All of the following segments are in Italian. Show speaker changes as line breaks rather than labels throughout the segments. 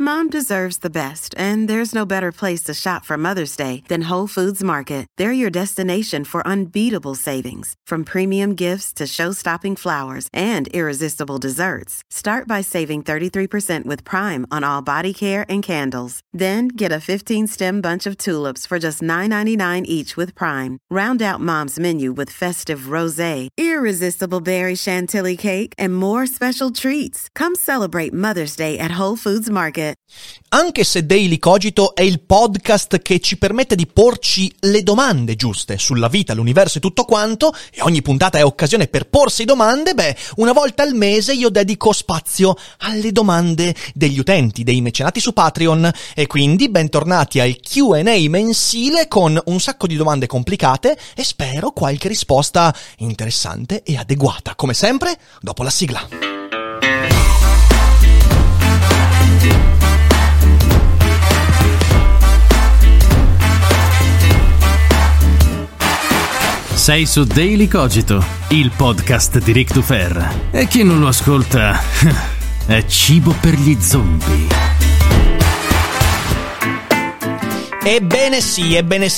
Mom deserves the best, and there's no better place to shop for Mother's Day than Whole Foods Market. They're your destination for unbeatable savings, from premium gifts to show-stopping flowers and irresistible desserts. Start by saving 33% with Prime on all body care and candles. Then get a 15-stem bunch of tulips for just $9.99 each with Prime. Round out Mom's menu with festive rosé, irresistible berry chantilly cake, and more special treats. Come celebrate Mother's Day at Whole Foods Market.
Anche se Daily Cogito è il podcast che ci permette di porci le domande giuste sulla vita, l'universo e tutto quanto, e ogni puntata è occasione per porsi domande, una volta al mese io dedico spazio alle domande degli utenti, dei mecenati su Patreon, e quindi bentornati al Q&A mensile con un sacco di domande complicate e spero qualche risposta interessante e adeguata, come sempre, dopo la sigla.
Sei su Daily Cogito, il podcast di Rick Dufer. E chi non lo ascolta è cibo per gli zombie.
Ebbene sì,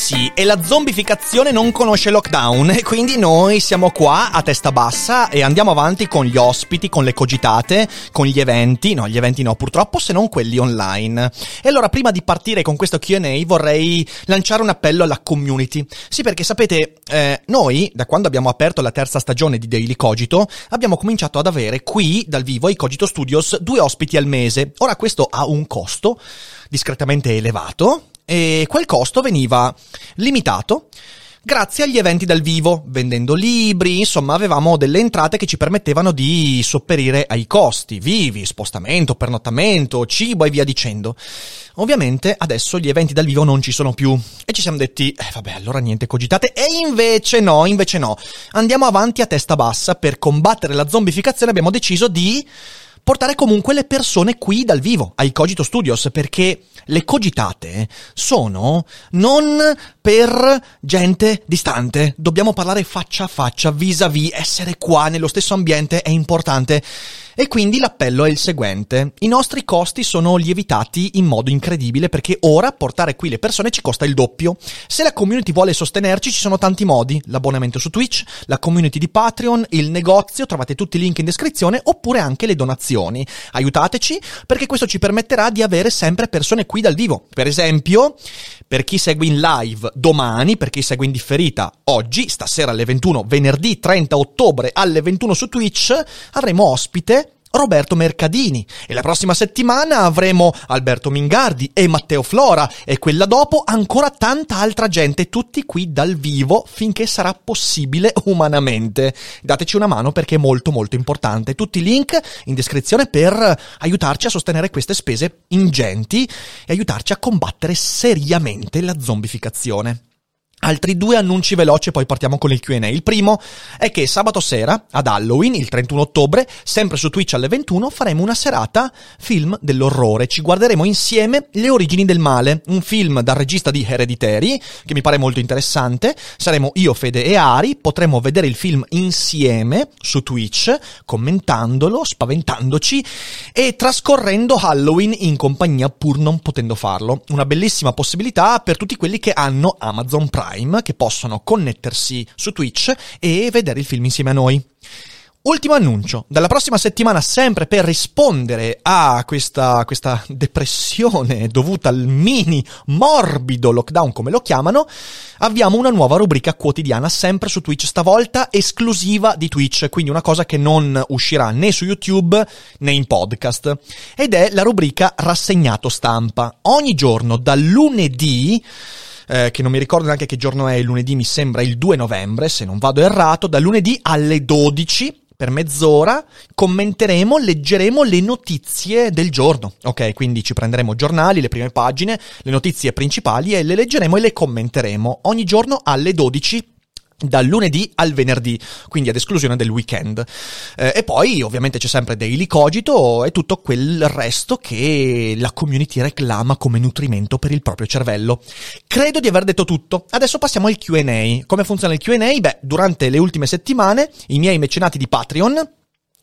e la zombificazione non conosce lockdown e quindi noi siamo qua a testa bassa e andiamo avanti con gli ospiti, con le cogitate, con gli eventi no purtroppo, se non quelli online. E allora prima di partire con questo Q&A vorrei lanciare un appello alla community. Sì, perché sapete, noi da quando abbiamo aperto la terza stagione di Daily Cogito abbiamo cominciato ad avere qui dal vivo ai Cogito Studios 2 ospiti al mese. Ora questo ha un costo discretamente elevato e quel costo veniva limitato grazie agli eventi dal vivo, vendendo libri, insomma avevamo delle entrate che ci permettevano di sopperire ai costi, vivi, spostamento, pernottamento, cibo e via dicendo. Ovviamente adesso gli eventi dal vivo non ci sono più e ci siamo detti, allora niente cogitate, e invece no, andiamo avanti a testa bassa. Per combattere la zombificazione abbiamo deciso di portare comunque le persone qui dal vivo, ai Cogito Studios, perché le cogitate sono non per gente distante. Dobbiamo parlare faccia a faccia, vis-à-vis, essere qua nello stesso ambiente è importante. E quindi l'appello è il seguente: i nostri costi sono lievitati in modo incredibile perché ora portare qui le persone ci costa il doppio. Se la community vuole sostenerci ci sono tanti modi: l'abbonamento su Twitch, la community di Patreon, il negozio, trovate tutti i link in descrizione, oppure anche le donazioni. Aiutateci perché questo ci permetterà di avere sempre persone qui dal vivo. Per esempio, per chi segue in live domani, per chi segue in differita oggi, stasera alle 21, venerdì 30 ottobre alle 21 su Twitch, avremo ospite Roberto Mercadini, e la prossima settimana avremo Alberto Mingardi e Matteo Flora, e quella dopo ancora tanta altra gente, tutti qui dal vivo finché sarà possibile umanamente. Dateci una mano perché è molto molto importante. Tutti i link in descrizione per aiutarci a sostenere queste spese ingenti e aiutarci a combattere seriamente la zombificazione. Altri 2 annunci veloci e poi partiamo con il Q&A. Il primo è che sabato sera, ad Halloween, il 31 ottobre, sempre su Twitch alle 21, faremo una serata film dell'orrore. Ci guarderemo insieme Le origini del male, un film dal regista di Hereditary, che mi pare molto interessante. Saremo io, Fede e Ari, potremo vedere il film insieme su Twitch, commentandolo, spaventandoci e trascorrendo Halloween in compagnia pur non potendo farlo. Una bellissima possibilità per tutti quelli che hanno Amazon Prime, che possono connettersi su Twitch e vedere il film insieme a noi. Ultimo annuncio: dalla prossima settimana, sempre per rispondere a questa depressione dovuta al mini morbido lockdown, come lo chiamano, avviamo una nuova rubrica quotidiana sempre su Twitch, stavolta esclusiva di Twitch, quindi una cosa che non uscirà né su YouTube né in podcast, ed è la rubrica Rassegnato Stampa. Ogni giorno dal lunedì, che non mi ricordo neanche che giorno è il lunedì, mi sembra il 2 novembre, se non vado errato, da lunedì alle 12, per mezz'ora, commenteremo, leggeremo le notizie del giorno, ok? Quindi ci prenderemo giornali, le prime pagine, le notizie principali e le leggeremo e le commenteremo ogni giorno alle 12, dal lunedì al venerdì, quindi ad esclusione del weekend. E poi ovviamente c'è sempre Daily Cogito e tutto quel resto che la community reclama come nutrimento per il proprio cervello. Credo di aver detto tutto. Adesso passiamo al Q&A. Come funziona il Q&A? Durante le ultime settimane i miei mecenati di Patreon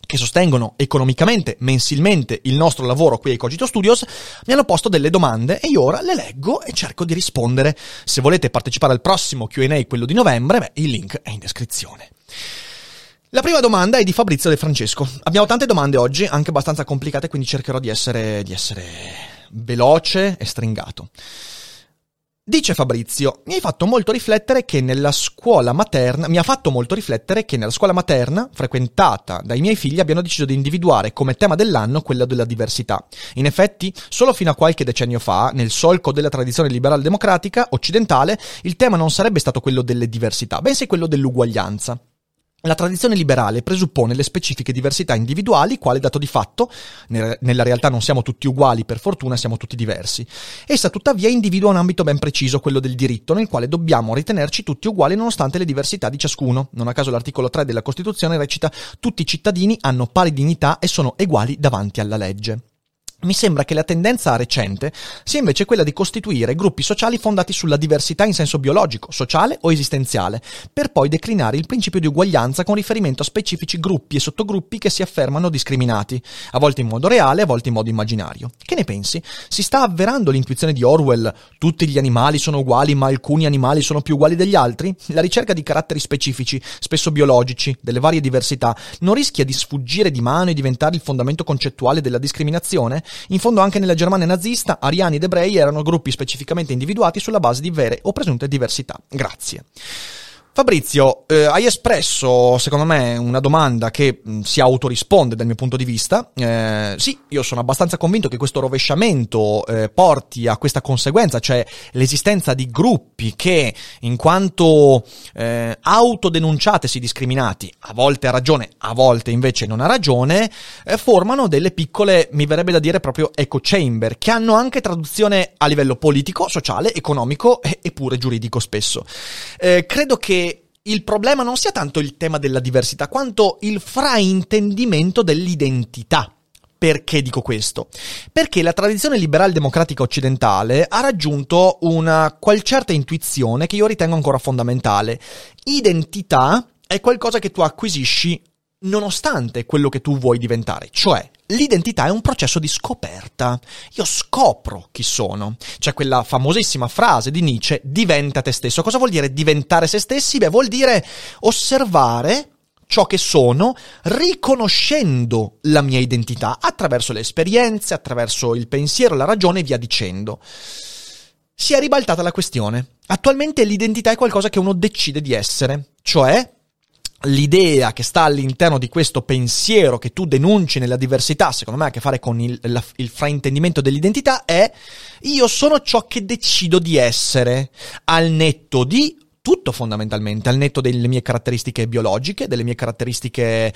che sostengono economicamente, mensilmente il nostro lavoro qui ai Cogito Studios, mi hanno posto delle domande e io ora le leggo e cerco di rispondere. Se volete partecipare al prossimo Q&A, quello di novembre, il link è in descrizione. La prima domanda è di Fabrizio De Francesco. Abbiamo tante domande oggi, anche abbastanza complicate, quindi cercherò di essere veloce e stringato. Dice Fabrizio, mi ha fatto molto riflettere che nella scuola materna frequentata dai miei figli abbiano deciso di individuare come tema dell'anno quello della diversità. In effetti, solo fino a qualche decennio fa, nel solco della tradizione liberal democratica occidentale, il tema non sarebbe stato quello delle diversità, bensì quello dell'uguaglianza. La tradizione liberale presuppone le specifiche diversità individuali, quale dato di fatto, nella realtà non siamo tutti uguali, per fortuna siamo tutti diversi. Essa tuttavia individua un ambito ben preciso, quello del diritto, nel quale dobbiamo ritenerci tutti uguali nonostante le diversità di ciascuno. Non a caso l'articolo 3 della Costituzione recita: tutti i cittadini hanno pari dignità e sono uguali davanti alla legge. Mi sembra che la tendenza recente sia invece quella di costituire gruppi sociali fondati sulla diversità in senso biologico, sociale o esistenziale, per poi declinare il principio di uguaglianza con riferimento a specifici gruppi e sottogruppi che si affermano discriminati, a volte in modo reale, a volte in modo immaginario. Che ne pensi? Si sta avverando l'intuizione di Orwell: tutti gli animali sono uguali ma alcuni animali sono più uguali degli altri? La ricerca di caratteri specifici, spesso biologici, delle varie diversità, non rischia di sfuggire di mano e diventare il fondamento concettuale della discriminazione? In fondo anche nella Germania nazista, ariani ed ebrei erano gruppi specificamente individuati sulla base di vere o presunte diversità. Grazie. Fabrizio, hai espresso, secondo me, una domanda che si autorisponde dal mio punto di vista. Sì, io sono abbastanza convinto che questo rovesciamento porti a questa conseguenza, cioè l'esistenza di gruppi che, in quanto autodenunciatesi discriminati, a volte ha ragione, a volte invece non ha ragione, formano delle piccole, mi verrebbe da dire proprio echo chamber, che hanno anche traduzione a livello politico, sociale, economico e pure giuridico spesso. Credo che il problema non sia tanto il tema della diversità, quanto il fraintendimento dell'identità. Perché dico questo? Perché la tradizione liberal democratica occidentale ha raggiunto una qual certa intuizione che io ritengo ancora fondamentale. Identità è qualcosa che tu acquisisci nonostante quello che tu vuoi diventare, cioè l'identità è un processo di scoperta. Io scopro chi sono. C'è quella famosissima frase di Nietzsche: diventa te stesso. Cosa vuol dire diventare se stessi? Beh, vuol dire osservare ciò che sono, riconoscendo la mia identità attraverso le esperienze, attraverso il pensiero, la ragione e via dicendo. Si è ribaltata la questione. Attualmente l'identità è qualcosa che uno decide di essere, cioè l'idea che sta all'interno di questo pensiero che tu denunci nella diversità, secondo me ha a che fare con il fraintendimento dell'identità, è: io sono ciò che decido di essere, al netto di tutto, fondamentalmente, al netto delle mie caratteristiche biologiche, delle mie caratteristiche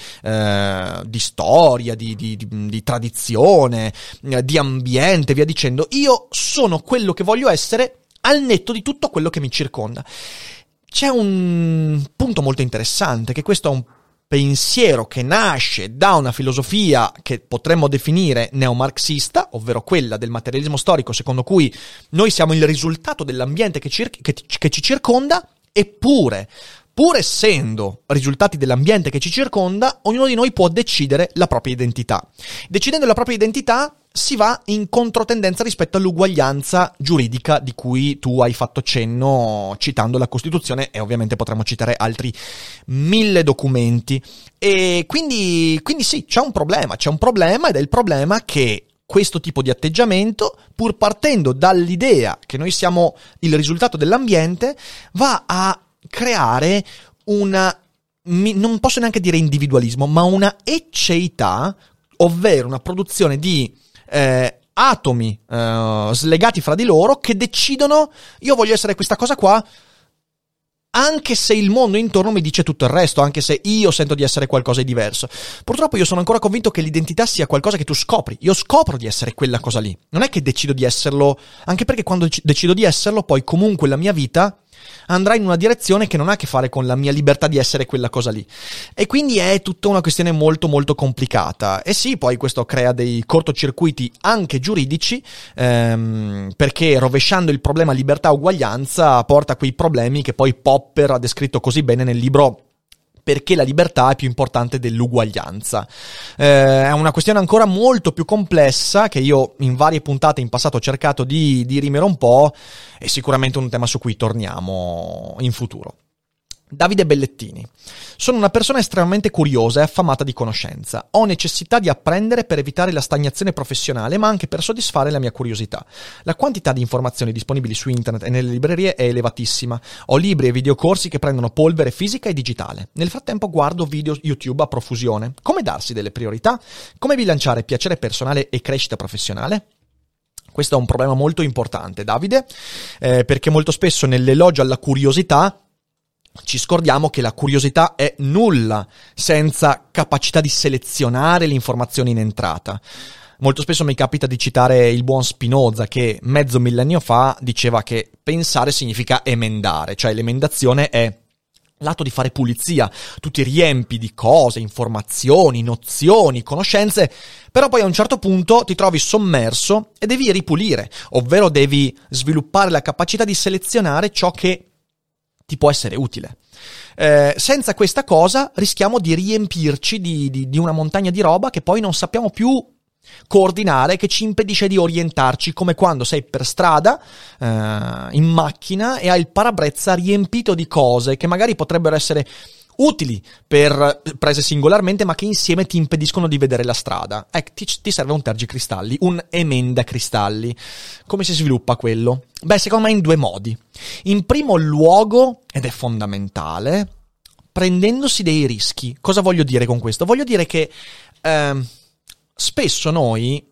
di storia, di tradizione, di ambiente, via dicendo. Io sono quello che voglio essere al netto di tutto quello che mi circonda. C'è un punto molto interessante, che questo è un pensiero che nasce da una filosofia che potremmo definire neomarxista, ovvero quella del materialismo storico, secondo cui noi siamo il risultato dell'ambiente che ci circonda, eppure, pur essendo risultati dell'ambiente che ci circonda, ognuno di noi può decidere la propria identità. Decidendo la propria identità si va in controtendenza rispetto all'uguaglianza giuridica di cui tu hai fatto cenno citando la Costituzione, e ovviamente potremmo citare altri 1000 documenti. E quindi sì, c'è un problema ed è il problema che questo tipo di atteggiamento, pur partendo dall'idea che noi siamo il risultato dell'ambiente, va a creare non posso neanche dire individualismo, ma una ecceità, ovvero una produzione di atomi slegati fra di loro che decidono: io voglio essere questa cosa qua, anche se il mondo intorno mi dice tutto il resto, anche se io sento di essere qualcosa di diverso. Purtroppo io sono ancora convinto che l'identità sia qualcosa che tu scopri. Io scopro di essere quella cosa lì, non è che decido di esserlo, anche perché quando decido di esserlo, poi comunque la mia vita andrà in una direzione che non ha a che fare con la mia libertà di essere quella cosa lì. E quindi è tutta una questione molto molto complicata. E sì, poi questo crea dei cortocircuiti anche giuridici, perché rovesciando il problema libertà-uguaglianza porta a quei problemi che poi Popper ha descritto così bene nel libro perché la libertà è più importante dell'uguaglianza. È una questione ancora molto più complessa che io in varie puntate in passato ho cercato di dirimere un po', e sicuramente un tema su cui torniamo in futuro. Davide Bellettini: sono una persona estremamente curiosa e affamata di conoscenza. Ho necessità di apprendere per evitare la stagnazione professionale, ma anche per soddisfare la mia curiosità. La quantità di informazioni disponibili su internet e nelle librerie è elevatissima. Ho libri e videocorsi che prendono polvere fisica e digitale. Nel frattempo guardo video YouTube a profusione. Come darsi delle priorità? Come bilanciare piacere personale e crescita professionale? Questo è un problema molto importante, Davide, perché molto spesso nell'elogio alla curiosità ci scordiamo che la curiosità è nulla senza capacità di selezionare le informazioni in entrata. Molto spesso mi capita di citare il buon Spinoza, che mezzo millennio fa diceva che pensare significa emendare, cioè l'emendazione è l'atto di fare pulizia. Tu ti riempi di cose, informazioni, nozioni, conoscenze, però poi a un certo punto ti trovi sommerso e devi ripulire, ovvero devi sviluppare la capacità di selezionare ciò che ti può essere utile. Senza questa cosa rischiamo di riempirci di una montagna di roba che poi non sappiamo più coordinare, che ci impedisce di orientarci, come quando sei per strada in macchina e hai il parabrezza riempito di cose che magari potrebbero essere utili per prese singolarmente, ma che insieme ti impediscono di vedere la strada. Ti serve un tergicristalli, un emendacristalli. Come si sviluppa quello? Beh, secondo me in due modi. In primo luogo, ed è fondamentale, prendendosi dei rischi. Cosa voglio dire con questo? Voglio dire che spesso noi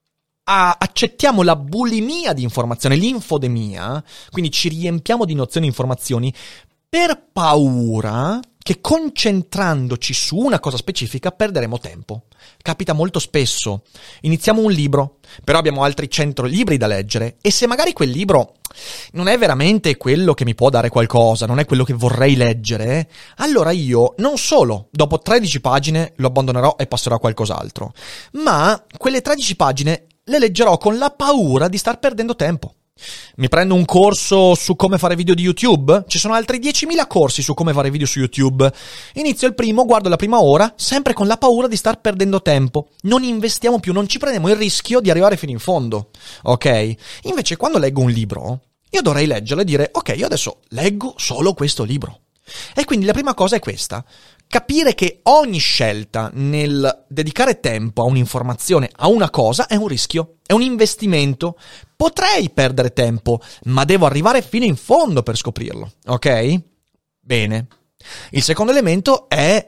accettiamo la bulimia di informazione, l'infodemia, quindi ci riempiamo di nozioni e informazioni per paura che concentrandoci su una cosa specifica perderemo tempo. Capita molto spesso. Iniziamo un libro, però abbiamo altri 100 libri da leggere, e se magari quel libro non è veramente quello che mi può dare qualcosa, non è quello che vorrei leggere, allora io non solo dopo 13 pagine lo abbandonerò e passerò a qualcos'altro, ma quelle 13 pagine le leggerò con la paura di star perdendo tempo. Mi prendo un corso su come fare video di YouTube? Ci sono altri 10.000 corsi su come fare video su YouTube. Inizio il primo, guardo la prima ora, sempre con la paura di star perdendo tempo. Non investiamo più, non ci prendiamo il rischio di arrivare fino in fondo, ok? Invece quando leggo un libro, io dovrei leggerlo e dire, ok, io adesso leggo solo questo libro. E quindi la prima cosa è questa: capire che ogni scelta nel dedicare tempo a un'informazione, a una cosa, è un rischio, è un investimento. Potrei perdere tempo, ma devo arrivare fino in fondo per scoprirlo, ok? Bene. Il secondo elemento è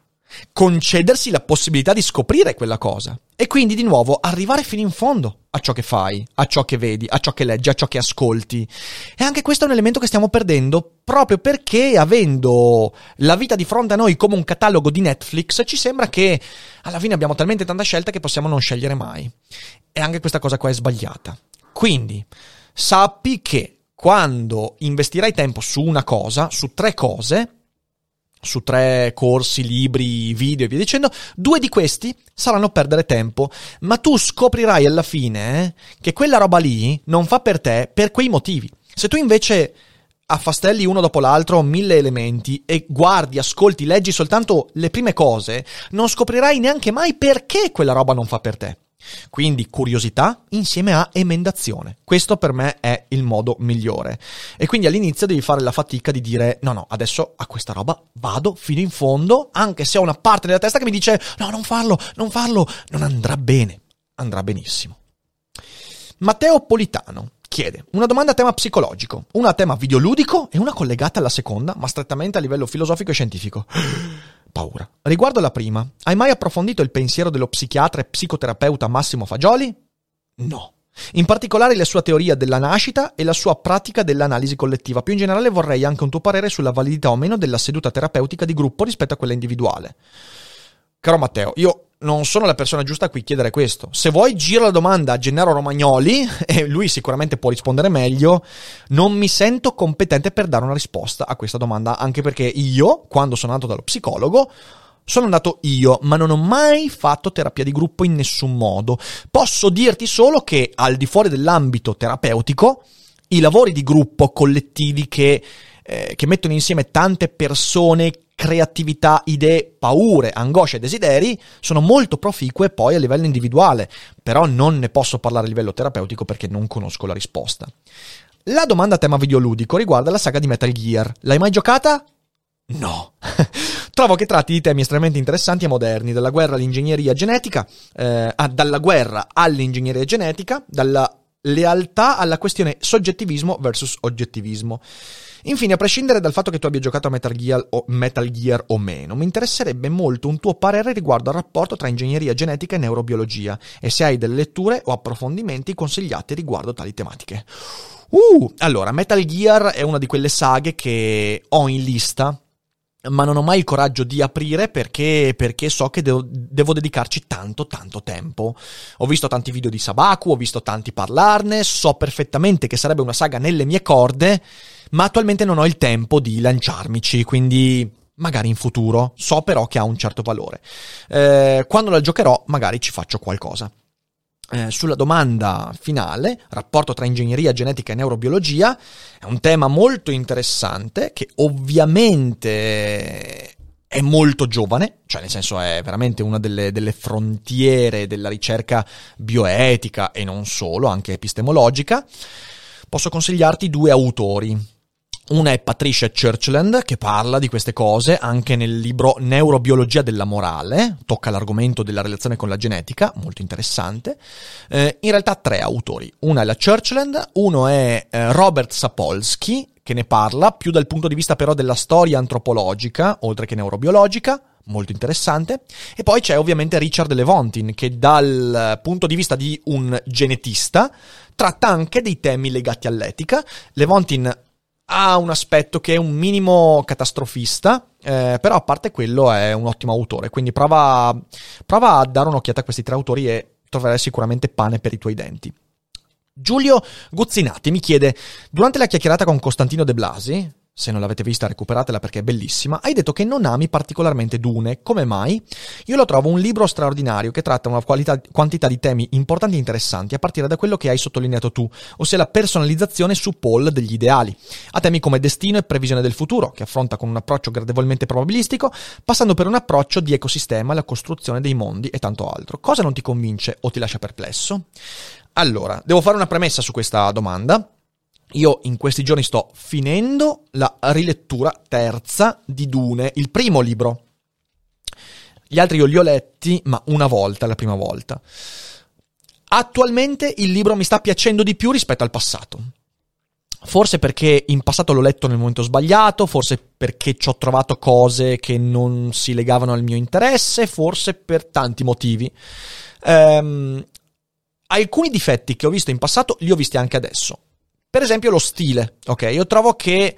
concedersi la possibilità di scoprire quella cosa. E quindi, di nuovo, arrivare fino in fondo a ciò che fai, a ciò che vedi, a ciò che leggi, a ciò che ascolti. E anche questo è un elemento che stiamo perdendo proprio perché, avendo la vita di fronte a noi come un catalogo di Netflix, ci sembra che alla fine abbiamo talmente tanta scelta che possiamo non scegliere mai. E anche questa cosa qua è sbagliata. Quindi, sappi che quando investirai tempo su una cosa, su 3 cose, su 3 corsi, libri, video e via dicendo, 2 di questi saranno perdere tempo, ma tu scoprirai alla fine che quella roba lì non fa per te per quei motivi. Se tu invece affastelli uno dopo l'altro 1000 elementi e guardi, ascolti, leggi soltanto le prime cose, non scoprirai neanche mai perché quella roba non fa per te. Quindi curiosità insieme a emendazione. Questo per me è il modo migliore. E quindi all'inizio devi fare la fatica di dire no, adesso a questa roba vado fino in fondo, anche se ho una parte della testa che mi dice no, non farlo, non andrà bene. Andrà benissimo. Matteo Politano chiede una domanda a tema psicologico, una a tema videoludico e una collegata alla seconda, ma strettamente a livello filosofico e scientifico. Paura. Riguardo alla prima, hai mai approfondito il pensiero dello psichiatra e psicoterapeuta Massimo Fagioli? No. In particolare la sua teoria della nascita e la sua pratica dell'analisi collettiva. Più in generale vorrei anche un tuo parere sulla validità o meno della seduta terapeutica di gruppo rispetto a quella individuale. Caro Matteo, io non sono la persona giusta a cui chiedere questo. Se vuoi giro la domanda a Gennaro Romagnoli, e lui sicuramente può rispondere meglio, non mi sento competente per dare una risposta a questa domanda, anche perché io, quando sono andato dallo psicologo, sono andato io, ma non ho mai fatto terapia di gruppo in nessun modo. Posso dirti solo che, al di fuori dell'ambito terapeutico, i lavori di gruppo collettivi che mettono insieme tante persone creatività, idee, paure, angosce e desideri sono molto proficue poi a livello individuale, però non ne posso parlare a livello terapeutico perché non conosco la risposta. La domanda a tema videoludico riguarda la saga di Metal Gear. L'hai mai giocata? No. Trovo che tratti di temi estremamente interessanti e moderni, dalla guerra all'ingegneria genetica, dalla guerra all'ingegneria genetica, dalla lealtà alla questione soggettivismo versus oggettivismo. Infine, a prescindere dal fatto che tu abbia giocato a Metal Gear o meno, mi interesserebbe molto un tuo parere riguardo al rapporto tra ingegneria genetica e neurobiologia e se hai delle letture o approfondimenti consigliati riguardo tali tematiche. Allora, Metal Gear è una di quelle saghe che ho in lista, ma non ho mai il coraggio di aprire perché so che devo dedicarci tanto tempo. Ho visto tanti video di Sabaku, ho visto tanti parlarne, so perfettamente che sarebbe una saga nelle mie corde, ma attualmente non ho il tempo di lanciarmici, quindi magari in futuro. So però che ha un certo valore. Quando la giocherò magari ci faccio qualcosa. Sulla domanda finale, rapporto tra ingegneria genetica e neurobiologia, è un tema molto interessante che ovviamente è molto giovane, cioè nel senso è veramente una delle frontiere della ricerca bioetica e non solo, anche epistemologica. Posso consigliarti 2 autori. Una è Patricia Churchland, che parla di queste cose anche nel libro Neurobiologia della morale, tocca l'argomento della relazione con la genetica, molto interessante. In realtà 3 autori, una è la Churchland, uno è Robert Sapolsky, che ne parla più dal punto di vista però della storia antropologica, oltre che neurobiologica, molto interessante, e poi c'è ovviamente Richard Lewontin, che dal punto di vista di un genetista tratta anche dei temi legati all'etica. Lewontin ha un aspetto che è un minimo catastrofista, però a parte quello è un ottimo autore, quindi prova a dare un'occhiata a questi 3 autori e troverai sicuramente pane per i tuoi denti. Giulio Guzzinati mi chiede: durante la chiacchierata con Costantino De Blasi, se non l'avete vista recuperatela perché è bellissima, hai detto che non ami particolarmente Dune, come mai? Io lo trovo un libro straordinario che tratta una quantità di temi importanti e interessanti, a partire da quello che hai sottolineato tu, ossia la personalizzazione su Paul degli ideali, a temi come destino e previsione del futuro, che affronta con un approccio gradevolmente probabilistico, passando per un approccio di ecosistema, la costruzione dei mondi e tanto altro. Cosa non ti convince o ti lascia perplesso? Allora, devo fare una premessa su questa domanda. Io in questi giorni sto finendo la rilettura terza di Dune, il primo libro. Gli altri io li ho letti, ma una volta, la prima volta. Attualmente il libro mi sta piacendo di più rispetto al passato. Forse perché in passato l'ho letto nel momento sbagliato, forse perché ci ho trovato cose che non si legavano al mio interesse, forse per tanti motivi. Alcuni difetti che ho visto in passato li ho visti anche adesso. Per esempio lo stile, ok? Io trovo che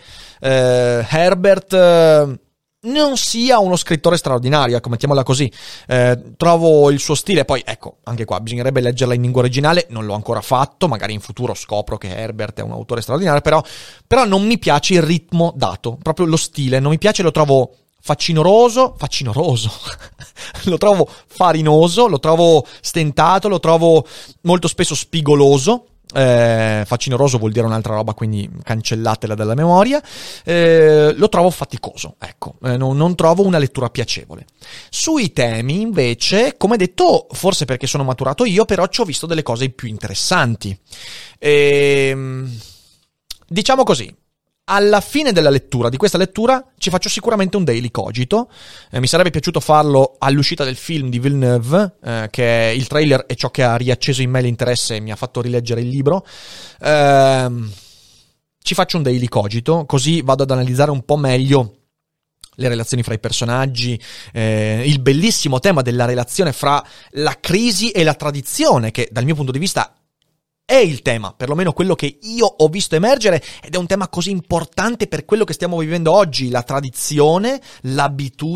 Herbert non sia uno scrittore straordinario, ecco, mettiamola così. Trovo il suo stile, poi ecco, anche qua bisognerebbe leggerla in lingua originale, non l'ho ancora fatto, magari in futuro scopro che Herbert è un autore straordinario, però non mi piace il ritmo dato, proprio lo stile, non mi piace, lo trovo facinoroso, lo trovo farinoso, lo trovo stentato, lo trovo molto spesso spigoloso. Facinoroso vuol dire un'altra roba, quindi cancellatela dalla memoria. Lo trovo faticoso, ecco, non trovo una lettura piacevole. Sui temi invece, come detto, forse perché sono maturato io, però ci ho visto delle cose più interessanti. Diciamo così, alla fine della lettura, di questa lettura, ci faccio sicuramente un daily cogito. Mi sarebbe piaciuto farlo all'uscita del film di Villeneuve, che il trailer è ciò che ha riacceso in me l'interesse e mi ha fatto rileggere il libro. Ci faccio un daily cogito, così vado ad analizzare un po' meglio le relazioni fra i personaggi, il bellissimo tema della relazione fra la crisi e la tradizione, che dal mio punto di vista è il tema, perlomeno quello che io ho visto emergere, ed è un tema così importante per quello che stiamo vivendo oggi, la tradizione,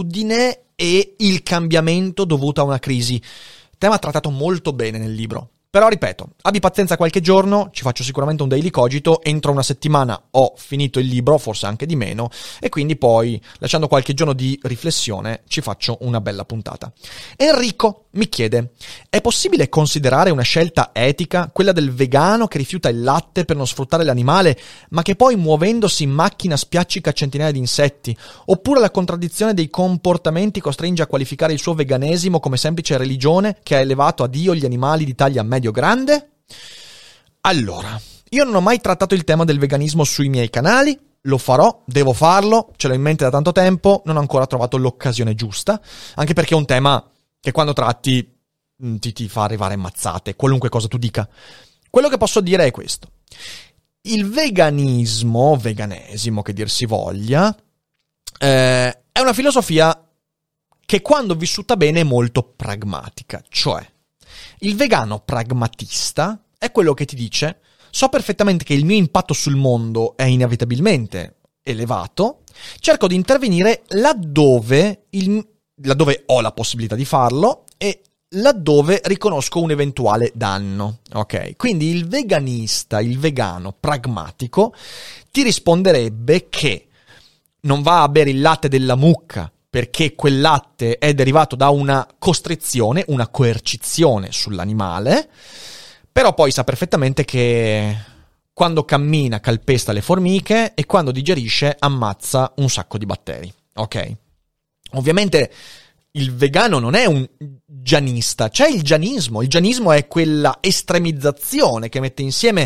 l'abitudine e il cambiamento dovuto a una crisi. Tema trattato molto bene nel libro. Però ripeto, abbi pazienza qualche giorno, ci faccio sicuramente un Daily Cogito, entro una settimana ho finito il libro, forse anche di meno, e quindi poi, lasciando qualche giorno di riflessione, ci faccio una bella puntata. Enrico mi chiede, è possibile considerare una scelta etica quella del vegano che rifiuta il latte per non sfruttare l'animale, ma che poi muovendosi in macchina spiaccica centinaia di insetti? Oppure la contraddizione dei comportamenti costringe a qualificare il suo veganesimo come semplice religione che ha elevato a Dio gli animali di taglia medio-grande? Allora, io non ho mai trattato il tema del veganismo sui miei canali, lo farò, devo farlo, ce l'ho in mente da tanto tempo, non ho ancora trovato l'occasione giusta, anche perché è un tema che quando tratti ti fa arrivare mazzate, qualunque cosa tu dica. Quello che posso dire è questo. Il veganismo, veganesimo che dir si voglia, è una filosofia che quando vissuta bene è molto pragmatica, cioè il vegano pragmatista è quello che ti dice: so perfettamente che il mio impatto sul mondo è inevitabilmente elevato, cerco di intervenire laddove ho la possibilità di farlo e laddove riconosco un eventuale danno, ok? Quindi il veganista, il vegano pragmatico ti risponderebbe che non va a bere il latte della mucca perché quel latte è derivato da una costrizione, una coercizione sull'animale, però poi sa perfettamente che quando cammina calpesta le formiche e quando digerisce ammazza un sacco di batteri, ok? Ovviamente il vegano non è un gianista, c'è il gianismo è quella estremizzazione che mette insieme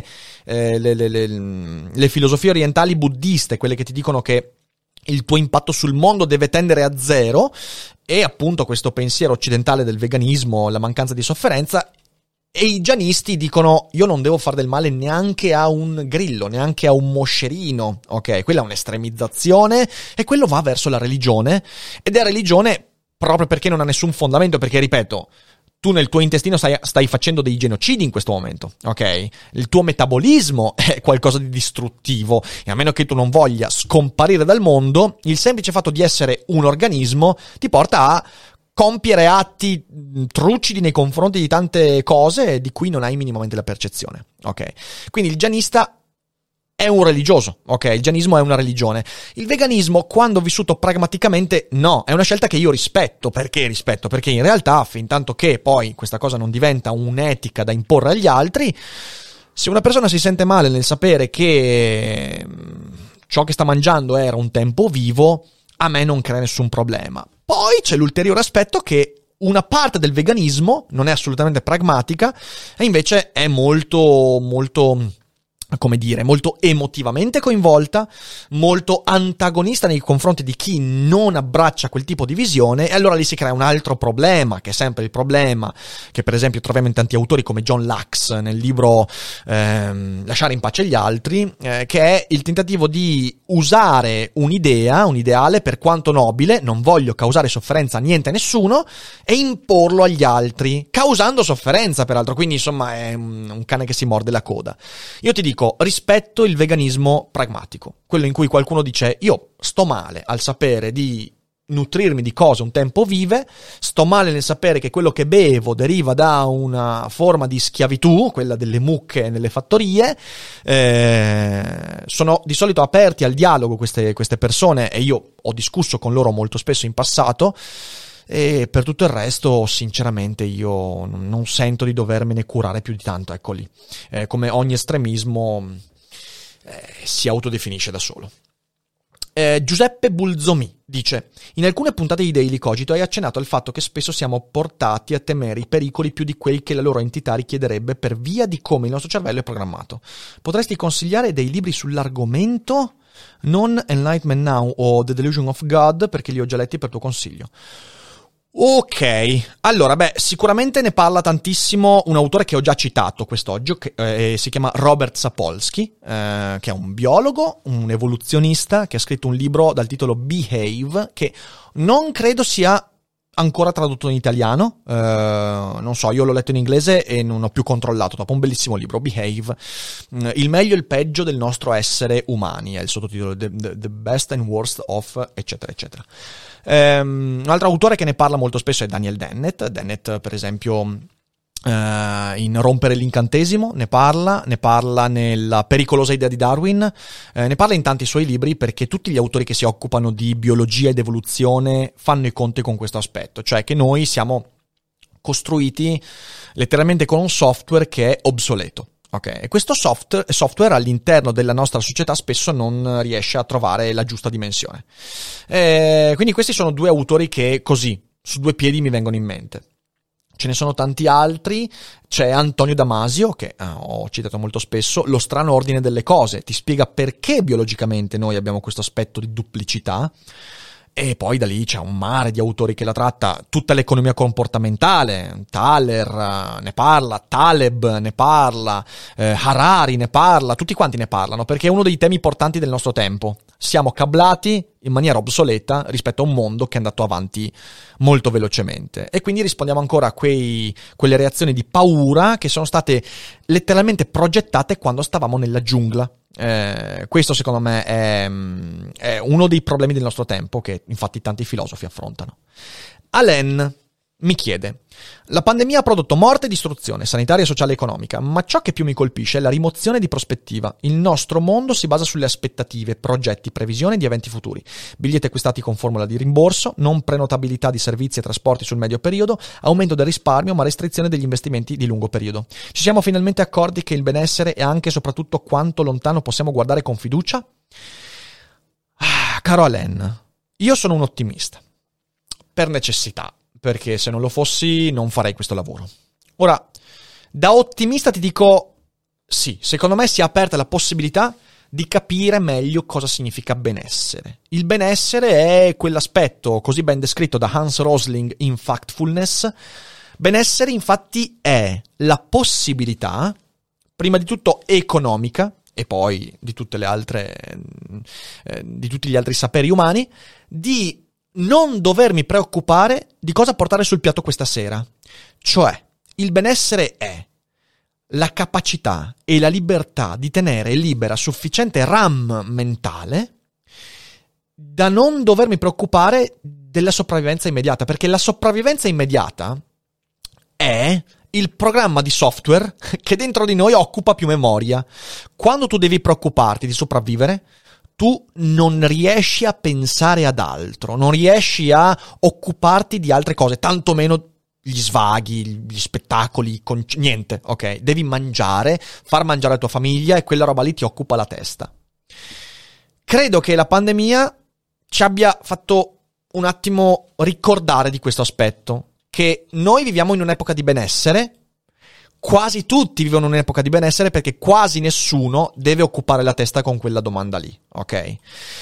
le filosofie orientali buddiste, quelle che ti dicono che il tuo impatto sul mondo deve tendere a zero, e appunto questo pensiero occidentale del veganismo, la mancanza di sofferenza, e i gianisti dicono io non devo fare del male neanche a un grillo, neanche a un moscerino, ok? Quella è un'estremizzazione e quello va verso la religione, ed è religione proprio perché non ha nessun fondamento, perché ripeto, tu nel tuo intestino stai facendo dei genocidi in questo momento, ok? Il tuo metabolismo è qualcosa di distruttivo e a meno che tu non voglia scomparire dal mondo, il semplice fatto di essere un organismo ti porta a compiere atti trucidi nei confronti di tante cose di cui non hai minimamente la percezione, ok? Quindi il gianista è un religioso, ok? Il gianismo è una religione. Il veganismo, quando vissuto pragmaticamente, no, è una scelta che io rispetto. Perché rispetto? Perché in realtà, fin tanto che poi questa cosa non diventa un'etica da imporre agli altri, se una persona si sente male nel sapere che ciò che sta mangiando era un tempo vivo, a me non crea nessun problema. Poi c'è l'ulteriore aspetto che una parte del veganismo non è assolutamente pragmatica e invece è molto come dire, molto emotivamente coinvolta, molto antagonista nei confronti di chi non abbraccia quel tipo di visione, e allora lì si crea un altro problema, che è sempre il problema che per esempio troviamo in tanti autori come John Lacks nel libro Lasciare in pace gli altri, che è il tentativo di usare un'idea, un ideale per quanto nobile, non voglio causare sofferenza a niente a nessuno, e imporlo agli altri, causando sofferenza peraltro, quindi insomma è un cane che si morde la coda. Io ti dico, rispetto il veganismo pragmatico, quello in cui qualcuno dice io sto male al sapere di nutrirmi di cose un tempo vive, sto male nel sapere che quello che bevo deriva da una forma di schiavitù, quella delle mucche nelle fattorie, sono di solito aperti al dialogo queste persone, e io ho discusso con loro molto spesso in passato, e per tutto il resto sinceramente io non sento di dovermene curare più di tanto, ecco lì, come ogni estremismo si autodefinisce da solo. Giuseppe Bulzomi dice: in alcune puntate di Daily Cogito hai accennato al fatto che spesso siamo portati a temere i pericoli più di quelli che la loro entità richiederebbe per via di come il nostro cervello è programmato. Potresti consigliare dei libri sull'argomento? Non Enlightenment Now o The Delusion of God, perché li ho già letti per tuo consiglio. Ok, allora sicuramente ne parla tantissimo un autore che ho già citato quest'oggi, che si chiama Robert Sapolsky, che è un biologo, un evoluzionista, che ha scritto un libro dal titolo Behave, che non credo sia ancora tradotto in italiano, non so, io l'ho letto in inglese e non ho più controllato, dopo un bellissimo libro, Behave, il meglio e il peggio del nostro essere umani, è il sottotitolo, the best and worst of, eccetera, eccetera. Un altro autore che ne parla molto spesso è Daniel Dennett. Dennett, per esempio, in Rompere l'incantesimo, ne parla nella Pericolosa idea di Darwin, ne parla in tanti suoi libri, perché tutti gli autori che si occupano di biologia ed evoluzione fanno i conti con questo aspetto, cioè che noi siamo costruiti letteralmente con un software che è obsoleto. Ok, e questo software all'interno della nostra società spesso non riesce a trovare la giusta dimensione. Quindi questi sono due autori che così, su due piedi, mi vengono in mente. Ce ne sono tanti altri. C'è Antonio Damasio, che ho citato molto spesso, Lo strano ordine delle cose. Ti spiega perché biologicamente noi abbiamo questo aspetto di duplicità. E poi da lì c'è un mare di autori che la tratta, tutta l'economia comportamentale, Thaler ne parla, Taleb ne parla, Harari ne parla, tutti quanti ne parlano, perché è uno dei temi portanti del nostro tempo. Siamo cablati in maniera obsoleta rispetto a un mondo che è andato avanti molto velocemente. E quindi rispondiamo ancora a quelle reazioni di paura che sono state letteralmente progettate quando stavamo nella giungla. Questo secondo me è uno dei problemi del nostro tempo, che infatti tanti filosofi affrontano. Alain mi chiede: la pandemia ha prodotto morte e distruzione sanitaria, sociale e economica, ma ciò che più mi colpisce è la rimozione di prospettiva. Il nostro mondo si basa sulle aspettative, progetti, previsioni di eventi futuri, biglietti acquistati con formula di rimborso, non prenotabilità di servizi e trasporti sul medio periodo, aumento del risparmio ma restrizione degli investimenti di lungo periodo. Ci siamo finalmente accorti che il benessere è anche e soprattutto quanto lontano possiamo guardare con fiducia? Caro Alain, io sono un ottimista per necessità, perché se non lo fossi non farei questo lavoro. Ora, da ottimista ti dico sì, secondo me si è aperta la possibilità di capire meglio cosa significa benessere. Il benessere è quell'aspetto così ben descritto da Hans Rosling in Factfulness. Benessere infatti è la possibilità, prima di tutto economica, e poi di tutte le altre, di tutti gli altri saperi umani, di non dovermi preoccupare di cosa portare sul piatto questa sera. Cioè, il benessere è la capacità e la libertà di tenere libera sufficiente RAM mentale da non dovermi preoccupare della sopravvivenza immediata, perché la sopravvivenza immediata è il programma di software che dentro di noi occupa più memoria. Quando tu devi preoccuparti di sopravvivere, tu non riesci a pensare ad altro, non riesci a occuparti di altre cose, tantomeno gli svaghi, gli spettacoli, niente, ok? Devi mangiare, far mangiare la tua famiglia e quella roba lì ti occupa la testa. Credo che la pandemia ci abbia fatto un attimo ricordare di questo aspetto, che noi viviamo in un'epoca di benessere. Quasi tutti vivono un'epoca di benessere perché quasi nessuno deve occupare la testa con quella domanda lì, ok?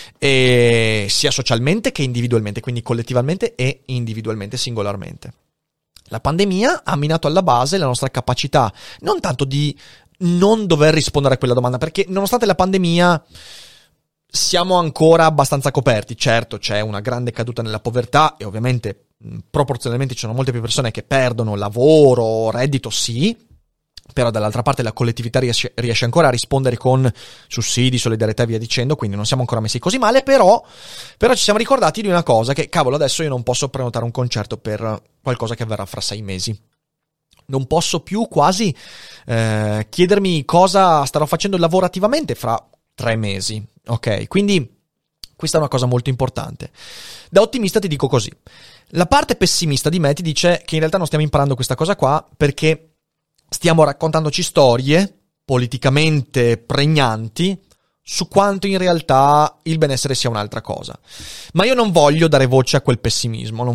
E sia socialmente che individualmente, quindi collettivamente e individualmente, singolarmente. La pandemia ha minato alla base la nostra capacità, non tanto di non dover rispondere a quella domanda, perché nonostante la pandemia siamo ancora abbastanza coperti. Certo, c'è una grande caduta nella povertà e ovviamente proporzionalmente ci sono molte più persone che perdono ci reddito, sì. Però dall'altra parte la collettività riesce ancora a rispondere con sussidi, solidarietà e via dicendo, quindi non siamo ancora messi così male, però ci siamo ricordati di una cosa, che cavolo, adesso io non posso prenotare un concerto per qualcosa che avverrà fra 6 mesi. Non posso più quasi chiedermi cosa starò facendo lavorativamente fra 3 mesi, ok? Quindi questa è una cosa molto importante. Da ottimista ti dico così. La parte pessimista di me ti dice che in realtà non stiamo imparando questa cosa qua perché stiamo raccontandoci storie politicamente pregnanti su quanto in realtà il benessere sia un'altra cosa. Ma io non voglio dare voce a quel pessimismo,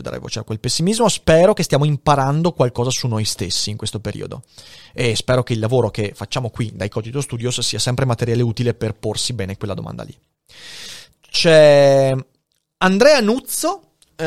spero che stiamo imparando qualcosa su noi stessi in questo periodo e spero che il lavoro che facciamo qui dai Cogito Studios sia sempre materiale utile per porsi bene quella domanda lì. C'è Andrea Nuzzo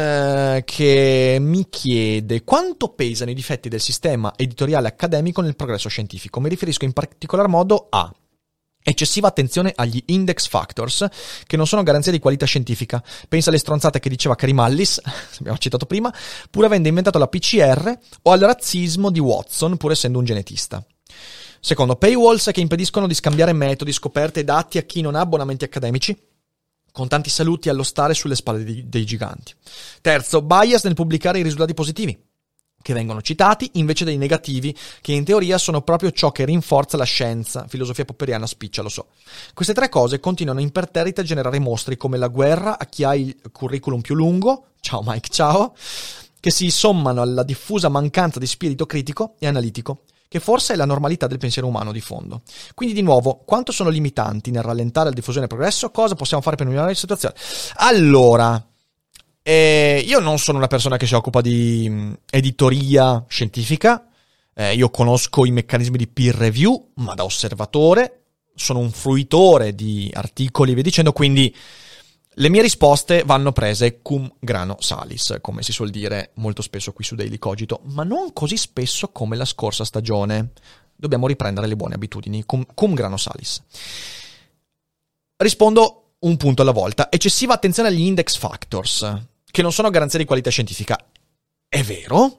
che mi chiede quanto pesano i difetti del sistema editoriale accademico nel progresso scientifico. Mi riferisco in particolar modo a eccessiva attenzione agli index factors, che non sono garanzia di qualità scientifica. Pensa alle stronzate che diceva Karimallis, abbiamo citato prima, pur avendo inventato la PCR, o al razzismo di Watson, pur essendo un genetista. Secondo, paywalls che impediscono di scambiare metodi, scoperte e dati a chi non ha abbonamenti accademici, con tanti saluti allo stare sulle spalle dei giganti. Terzo, bias nel pubblicare i risultati positivi, che vengono citati, invece dei negativi, che in teoria sono proprio ciò che rinforza la scienza. Filosofia popperiana spiccia, lo so. Queste tre cose continuano imperterrite a generare mostri come la guerra a chi ha il curriculum più lungo, ciao Mike, ciao, che si sommano alla diffusa mancanza di spirito critico e analitico, che forse è la normalità del pensiero umano di fondo. Quindi di nuovo, quanto sono limitanti nel rallentare la diffusione e il progresso? Cosa possiamo fare per migliorare la situazione? Allora, io non sono una persona che si occupa di editoria scientifica, io conosco i meccanismi di peer review, ma da osservatore, sono un fruitore di articoli e via dicendo, quindi le mie risposte vanno prese cum grano salis, come si suol dire molto spesso qui su Daily Cogito, ma non così spesso come la scorsa stagione. Dobbiamo riprendere le buone abitudini, cum grano salis. Rispondo un punto alla volta. Eccessiva attenzione agli index factors, che non sono garanzia di qualità scientifica. È vero?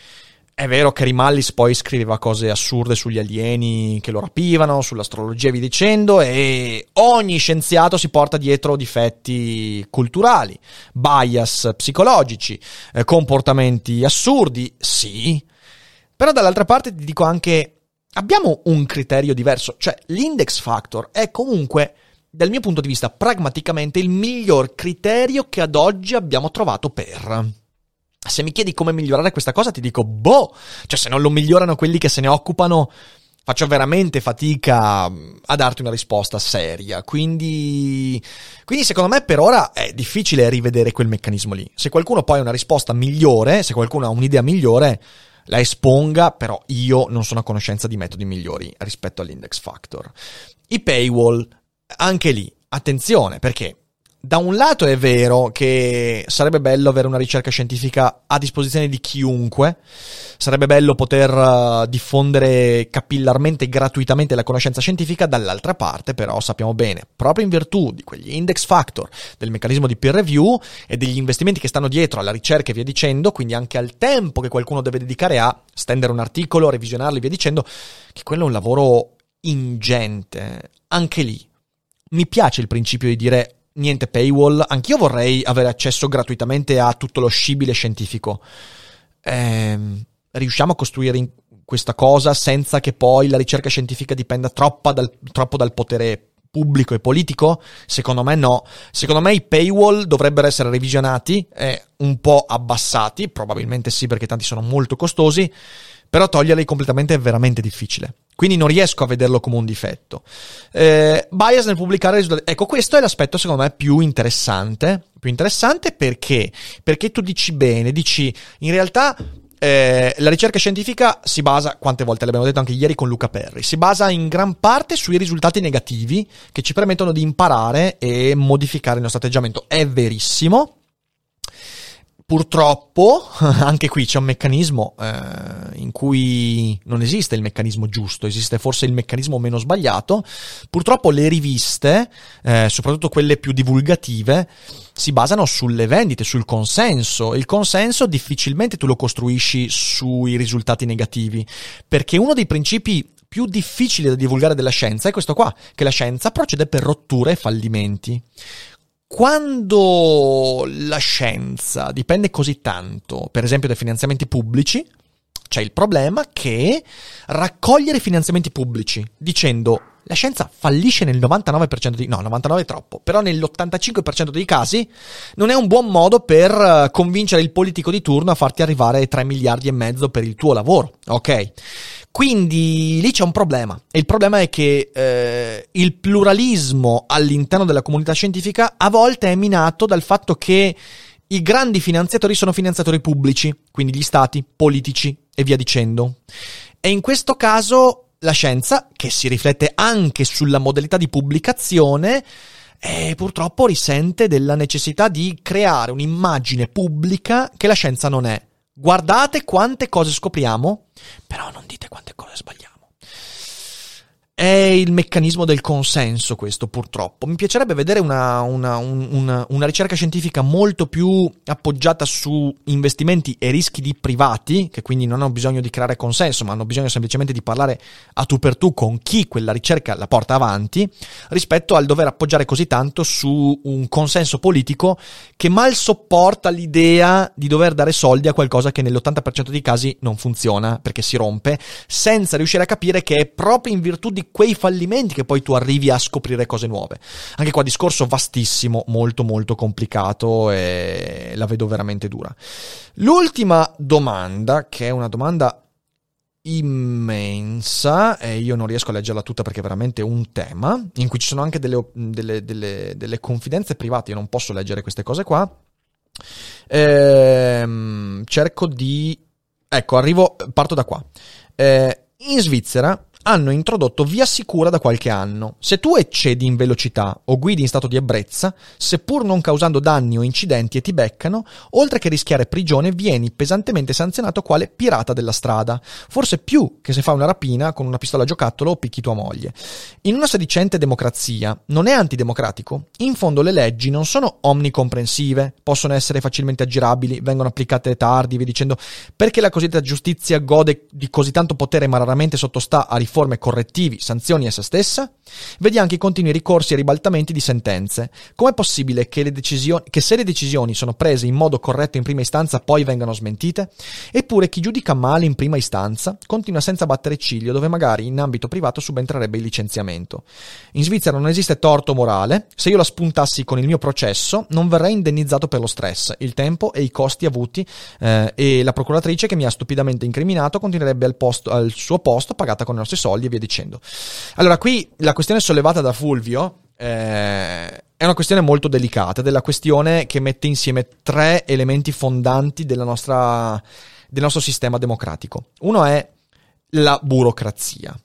È vero che Rimallis poi scriveva cose assurde sugli alieni che lo rapivano, sull'astrologia e via dicendo, e ogni scienziato si porta dietro difetti culturali, bias psicologici, comportamenti assurdi, sì. Però dall'altra parte ti dico anche, abbiamo un criterio diverso, cioè l'index factor è comunque, dal mio punto di vista, pragmaticamente il miglior criterio che ad oggi abbiamo trovato per... Se mi chiedi come migliorare questa cosa, ti dico, cioè se non lo migliorano quelli che se ne occupano, faccio veramente fatica a darti una risposta seria. Quindi secondo me per ora è difficile rivedere quel meccanismo lì. Se qualcuno poi ha una risposta migliore, se qualcuno ha un'idea migliore, la esponga, però io non sono a conoscenza di metodi migliori rispetto all'index factor. I paywall, anche lì, attenzione, perché... Da un lato è vero che sarebbe bello avere una ricerca scientifica a disposizione di chiunque, sarebbe bello poter diffondere capillarmente e gratuitamente la conoscenza scientifica, dall'altra parte però sappiamo bene, proprio in virtù di quegli index factor, del meccanismo di peer review e degli investimenti che stanno dietro alla ricerca e via dicendo, quindi anche al tempo che qualcuno deve dedicare a stendere un articolo, revisionarlo e via dicendo, che quello è un lavoro ingente. Anche lì mi piace il principio di dire niente paywall, anch'io vorrei avere accesso gratuitamente a tutto lo scibile scientifico. Riusciamo a costruire questa cosa senza che poi la ricerca scientifica dipenda troppo dal potere pubblico e politico? Secondo me no. Secondo me i paywall dovrebbero essere revisionati, un po' abbassati, probabilmente sì perché tanti sono molto costosi, però toglierli completamente è veramente difficile. Quindi non riesco a vederlo come un difetto. Bias nel pubblicare risultati. Ecco, questo è l'aspetto secondo me più interessante perché tu dici bene, dici in realtà la ricerca scientifica si basa, quante volte l'abbiamo detto anche ieri con Luca Perri, si basa in gran parte sui risultati negativi che ci permettono di imparare e modificare il nostro atteggiamento. È verissimo. Purtroppo anche qui c'è un meccanismo in cui non esiste il meccanismo giusto, esiste forse il meccanismo meno sbagliato. Purtroppo le riviste, soprattutto quelle più divulgative, si basano sulle vendite, sul consenso. Il consenso difficilmente tu lo costruisci sui risultati negativi, perché uno dei principi più difficili da divulgare della scienza è questo qua, che la scienza procede per rotture e fallimenti. Quando la scienza dipende così tanto, per esempio, dai finanziamenti pubblici, c'è il problema che raccogliere finanziamenti pubblici dicendo la scienza fallisce nel 99% no, 99 è troppo, però nell'85% dei casi non è un buon modo per convincere il politico di turno a farti arrivare 3,5 miliardi per il tuo lavoro, ok? Quindi lì c'è un problema, e il problema è che il pluralismo all'interno della comunità scientifica a volte è minato dal fatto che i grandi finanziatori sono finanziatori pubblici, quindi gli stati, politici e via dicendo. E in questo caso la scienza, che si riflette anche sulla modalità di pubblicazione, purtroppo risente della necessità di creare un'immagine pubblica che la scienza non è. Guardate quante cose scopriamo, però non dite quante cose sbagliamo. È il meccanismo del consenso questo, purtroppo. Mi piacerebbe vedere una ricerca scientifica molto più appoggiata su investimenti e rischi di privati, che quindi non hanno bisogno di creare consenso, ma hanno bisogno semplicemente di parlare a tu per tu con chi quella ricerca la porta avanti, rispetto al dover appoggiare così tanto su un consenso politico che mal sopporta l'idea di dover dare soldi a qualcosa che nell'80% dei casi non funziona, perché si rompe, senza riuscire a capire che è proprio in virtù di quei fallimenti che poi tu arrivi a scoprire cose nuove. Anche qua discorso vastissimo, molto molto complicato, e la vedo veramente dura. L'ultima domanda, che è una domanda immensa, e io non riesco a leggerla tutta perché è veramente un tema in cui ci sono anche delle confidenze private, io non posso leggere queste cose qua. Cerco di... Ecco, parto da qua. In Svizzera hanno introdotto via sicura da qualche anno. Se tu eccedi in velocità o guidi in stato di ebbrezza, seppur non causando danni o incidenti e ti beccano, oltre che rischiare prigione, vieni pesantemente sanzionato quale pirata della strada. Forse più che se fai una rapina con una pistola a giocattolo o picchi tua moglie. In una sedicente democrazia non è antidemocratico? In fondo le leggi non sono omnicomprensive, possono essere facilmente aggirabili, vengono applicate tardi, via dicendo, perché la cosiddetta giustizia gode di così tanto potere ma raramente sottostà a riforme, correttivi, sanzioni essa stessa? Vedi anche i continui ricorsi e ribaltamenti di sentenze. Com'è possibile che se le decisioni sono prese in modo corretto in prima istanza poi vengano smentite? Eppure chi giudica male in prima istanza continua senza battere ciglio, dove magari in ambito privato subentrerebbe il licenziamento. In Svizzera non esiste torto morale. Se io la spuntassi con il mio processo non verrei indennizzato per lo stress, il tempo e i costi avuti, e la procuratrice che mi ha stupidamente incriminato continuerebbe al suo posto pagata con i nostri soldi e via dicendo. Allora, qui la questione sollevata da Fulvio è una questione molto delicata, della questione che mette insieme tre elementi fondanti del nostro sistema democratico. Uno è la burocrazia.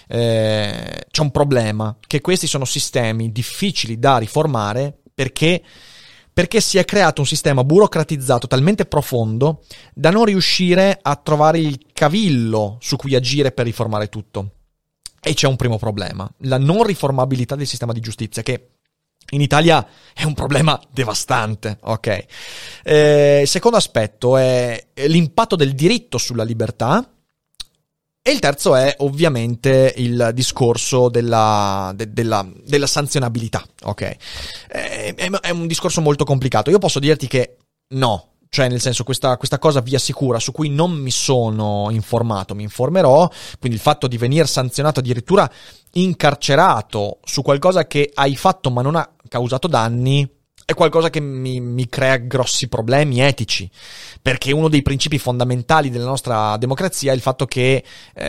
C'è un problema, che questi sono sistemi difficili da riformare perché si è creato un sistema burocratizzato talmente profondo da non riuscire a trovare il cavillo su cui agire per riformare tutto. E c'è un primo problema, la non riformabilità del sistema di giustizia, che in Italia è un problema devastante, ok? Secondo aspetto è l'impatto del diritto sulla libertà, e il terzo è ovviamente il discorso della sanzionabilità, ok? È un discorso molto complicato. Io posso dirti che no, cioè nel senso questa cosa via sicura su cui non mi sono informato, mi informerò, quindi il fatto di venire sanzionato, addirittura incarcerato su qualcosa che hai fatto ma non ha causato danni, è qualcosa che mi crea grossi problemi etici, perché uno dei principi fondamentali della nostra democrazia è il fatto che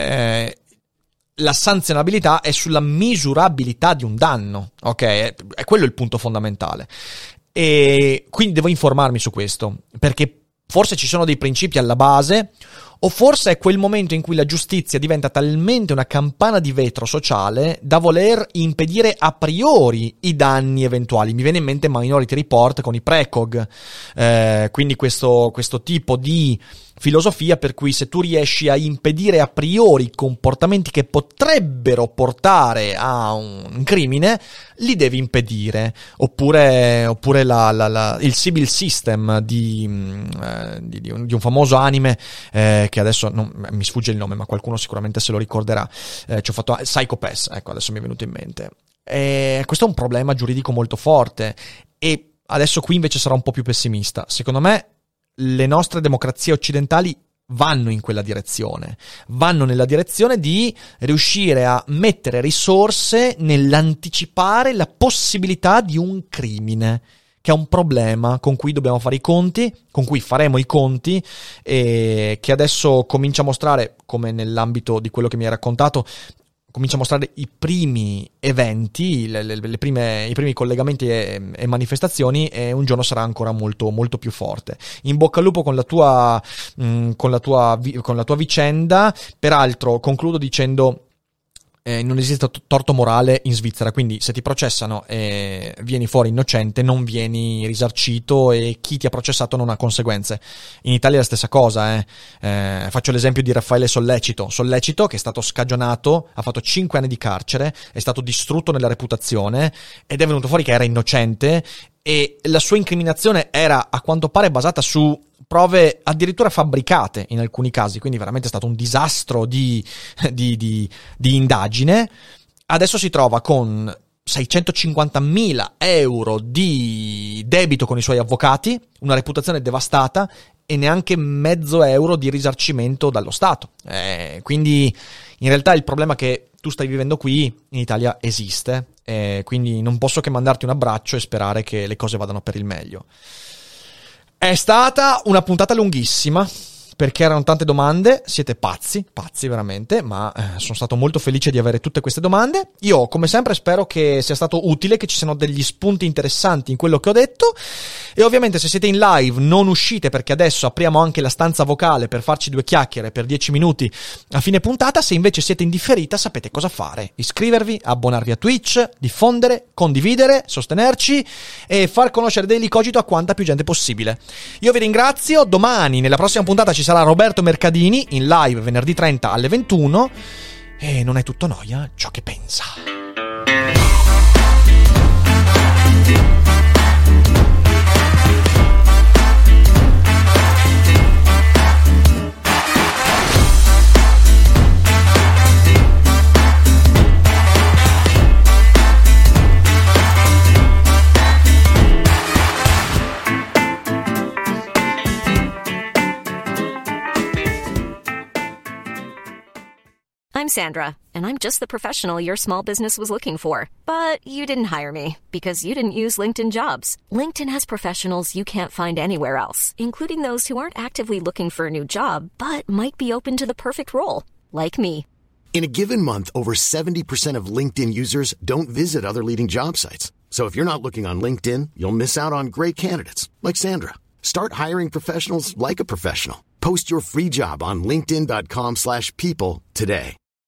la sanzionabilità è sulla misurabilità di un danno, ok? È quello il punto fondamentale. E quindi devo informarmi su questo, perché forse ci sono dei principi alla base, o forse è quel momento in cui la giustizia diventa talmente una campana di vetro sociale da voler impedire a priori i danni eventuali. Mi viene in mente Minority Report con i precog, quindi questo tipo di filosofia per cui se tu riesci a impedire a priori comportamenti che potrebbero portare a un crimine, li devi impedire. Oppure il civil system di un famoso anime, che adesso mi sfugge il nome, ma qualcuno sicuramente se lo ricorderà. Ci ho fatto Psycho Pass, ecco, adesso mi è venuto in mente. Questo è un problema giuridico molto forte, e adesso qui invece sarò un po' più pessimista. Secondo me le nostre democrazie occidentali vanno in quella direzione, vanno nella direzione di riuscire a mettere risorse nell'anticipare la possibilità di un crimine, che è un problema con cui dobbiamo fare i conti, con cui faremo i conti, e che adesso comincia a mostrare, come nell'ambito di quello che mi hai raccontato, comincia a mostrare i primi eventi, i primi collegamenti e manifestazioni, e un giorno sarà ancora molto, molto più forte. In bocca al lupo con la tua vicenda. Peraltro concludo dicendo non esiste torto morale in Svizzera, quindi se ti processano e vieni fuori innocente non vieni risarcito e chi ti ha processato non ha conseguenze. In Italia è la stessa cosa. Faccio l'esempio di Raffaele Sollecito, che è stato scagionato, ha fatto 5 anni di carcere, è stato distrutto nella reputazione ed è venuto fuori che era innocente e la sua incriminazione era a quanto pare basata su prove addirittura fabbricate in alcuni casi, quindi veramente è stato un disastro di indagine. Adesso si trova con 650.000 euro di debito con i suoi avvocati, una reputazione devastata e neanche €0,5 di risarcimento dallo Stato. Quindi in realtà il problema che tu stai vivendo qui in Italia esiste, quindi non posso che mandarti un abbraccio e sperare che le cose vadano per il meglio. È stata una puntata lunghissima perché erano tante domande, siete pazzi veramente, ma sono stato molto felice di avere tutte queste domande. Io come sempre spero che sia stato utile, che ci siano degli spunti interessanti in quello che ho detto e ovviamente se siete in live non uscite perché adesso apriamo anche la stanza vocale per farci 2 chiacchiere per 10 minuti a fine puntata. Se invece siete in differita sapete cosa fare: iscrivervi, abbonarvi a Twitch, diffondere, condividere, sostenerci e far conoscere Daily Cogito a quanta più gente possibile. Io vi ringrazio, domani nella prossima puntata ci sarà Roberto Mercadini in live venerdì 30 alle 21 e non è tutto noia ciò che pensa.
I'm Sandra, and I'm just the professional your small business was looking for. But you didn't hire me because you didn't use LinkedIn Jobs. LinkedIn has professionals you can't find anywhere else, including those who aren't actively looking for a new job, but might be open to the perfect role, like me.
In a given month, over 70% of LinkedIn users don't visit other leading job sites. So if you're not looking on LinkedIn, you'll miss out on great candidates, like Sandra. Start hiring professionals like a professional. Post your free job on linkedin.com/people today.